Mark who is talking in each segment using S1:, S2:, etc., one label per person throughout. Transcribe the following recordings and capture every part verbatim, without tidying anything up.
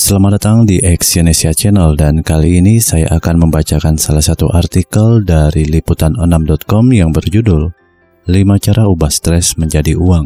S1: Selamat datang di Exyonesia Channel, dan kali ini saya akan membacakan salah satu artikel dari liputan enam titik com yang berjudul lima Cara Ubah Stres Menjadi Uang.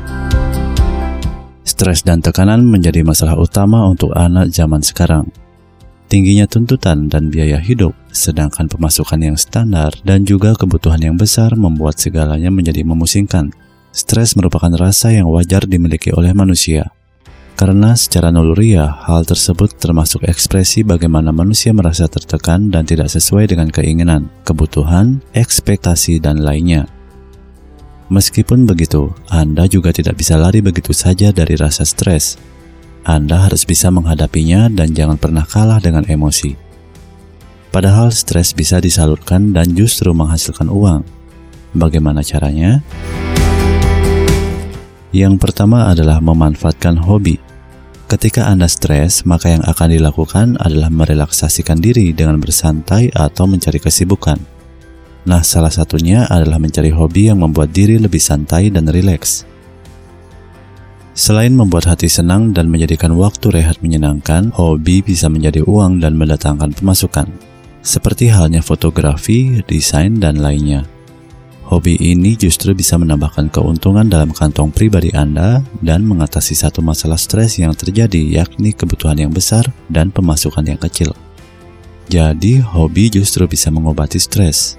S1: Stres dan tekanan menjadi masalah utama untuk anak zaman sekarang. Tingginya tuntutan dan biaya hidup, sedangkan pemasukan yang standar dan juga kebutuhan yang besar membuat segalanya menjadi memusingkan. Stres merupakan rasa yang wajar dimiliki oleh manusia. Karena secara naluriah, hal tersebut termasuk ekspresi bagaimana manusia merasa tertekan dan tidak sesuai dengan keinginan, kebutuhan, ekspektasi, dan lainnya. Meskipun begitu, Anda juga tidak bisa lari begitu saja dari rasa stres. Anda harus bisa menghadapinya dan jangan pernah kalah dengan emosi. Padahal stres bisa disalurkan dan justru menghasilkan uang. Bagaimana caranya? Yang pertama adalah memanfaatkan hobi. Ketika Anda stres, maka yang akan dilakukan adalah merelaksasikan diri dengan bersantai atau mencari kesibukan. Nah, salah satunya adalah mencari hobi yang membuat diri lebih santai dan rileks. Selain membuat hati senang dan menjadikan waktu rehat menyenangkan, hobi bisa menjadi uang dan mendatangkan pemasukan. Seperti halnya fotografi, desain, dan lainnya. Hobi ini justru bisa menambahkan keuntungan dalam kantong pribadi Anda dan mengatasi satu masalah stres yang terjadi, yakni kebutuhan yang besar dan pemasukan yang kecil. Jadi, hobi justru bisa mengobati stres.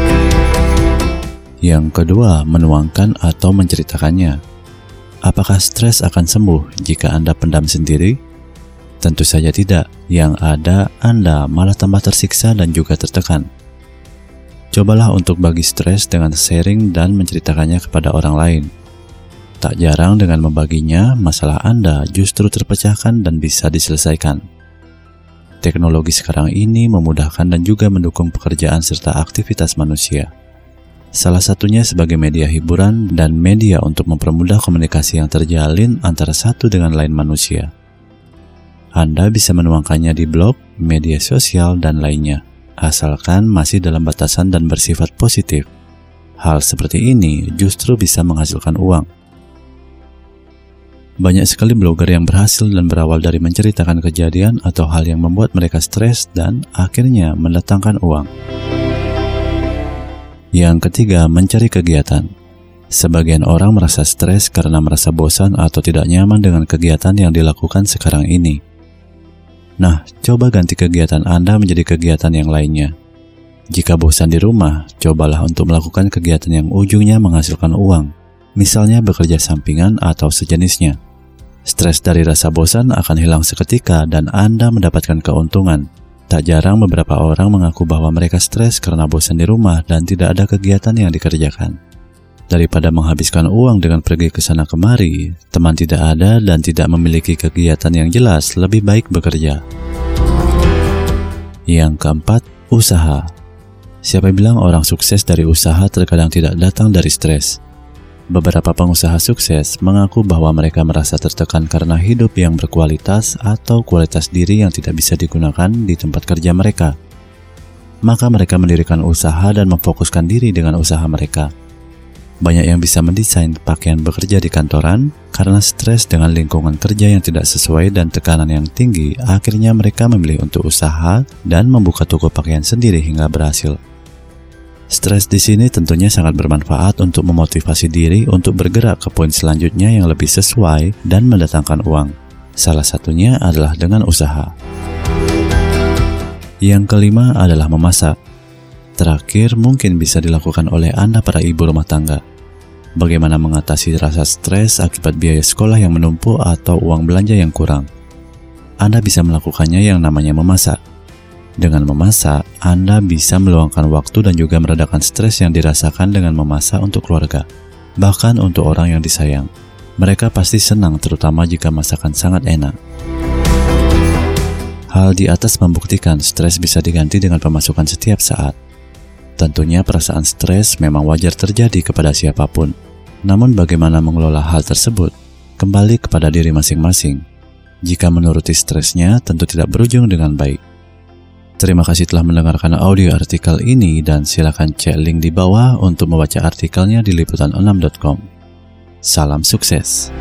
S1: Yang kedua, menuangkan atau menceritakannya. Apakah stres akan sembuh jika Anda pendam sendiri? Tentu saja tidak. Yang ada, Anda malah tambah tersiksa dan juga tertekan. Cobalah untuk bagi stres dengan sharing dan menceritakannya kepada orang lain. Tak jarang dengan membaginya, masalah Anda justru terpecahkan dan bisa diselesaikan. Teknologi sekarang ini memudahkan dan juga mendukung pekerjaan serta aktivitas manusia. Salah satunya sebagai media hiburan dan media untuk mempermudah komunikasi yang terjalin antara satu dengan lain manusia. Anda bisa menuangkannya di blog, media sosial, dan lainnya. Asalkan masih dalam batasan dan bersifat positif. Hal seperti ini justru bisa menghasilkan uang. Banyak sekali blogger yang berhasil dan berawal dari menceritakan kejadian atau hal yang membuat mereka stres dan akhirnya mendatangkan uang. Yang ketiga, mencari kegiatan. Sebagian orang merasa stres karena merasa bosan atau tidak nyaman dengan kegiatan yang dilakukan sekarang ini. Nah, coba ganti kegiatan Anda menjadi kegiatan yang lainnya. Jika bosan di rumah, cobalah untuk melakukan kegiatan yang ujungnya menghasilkan uang. Misalnya bekerja sampingan atau sejenisnya. Stres dari rasa bosan akan hilang seketika dan Anda mendapatkan keuntungan. Tak jarang beberapa orang mengaku bahwa mereka stres karena bosan di rumah dan tidak ada kegiatan yang dikerjakan. Daripada menghabiskan uang dengan pergi ke sana kemari, teman tidak ada dan tidak memiliki kegiatan yang jelas, lebih baik bekerja. Yang keempat, usaha. Siapa bilang orang sukses dari usaha terkadang tidak datang dari stres? Beberapa pengusaha sukses mengaku bahwa mereka merasa tertekan karena hidup yang berkualitas atau kualitas diri yang tidak bisa digunakan di tempat kerja mereka. Maka mereka mendirikan usaha dan memfokuskan diri dengan usaha mereka. Banyak yang bisa mendesain pakaian bekerja di kantoran karena stres dengan lingkungan kerja yang tidak sesuai dan tekanan yang tinggi. Akhirnya mereka memilih untuk usaha dan membuka toko pakaian sendiri hingga berhasil. Stres di sini tentunya sangat bermanfaat untuk memotivasi diri untuk bergerak ke poin selanjutnya yang lebih sesuai dan mendatangkan uang. Salah satunya adalah dengan usaha. Yang kelima adalah memasak. Terakhir, mungkin bisa dilakukan oleh Anda para ibu rumah tangga. Bagaimana mengatasi rasa stres akibat biaya sekolah yang menumpuk atau uang belanja yang kurang? Anda bisa melakukannya yang namanya memasak. Dengan memasak, Anda bisa meluangkan waktu dan juga meredakan stres yang dirasakan dengan memasak untuk keluarga. Bahkan untuk orang yang disayang. Mereka pasti senang terutama jika masakan sangat enak. Hal di atas membuktikan stres bisa diganti dengan pemasukan setiap saat. Tentunya perasaan stres memang wajar terjadi kepada siapapun. Namun bagaimana mengelola hal tersebut? Kembali kepada diri masing-masing. Jika menuruti stresnya, tentu tidak berujung dengan baik. Terima kasih telah mendengarkan audio artikel ini dan silakan cek link di bawah untuk membaca artikelnya di liputan enam titik com. Salam sukses.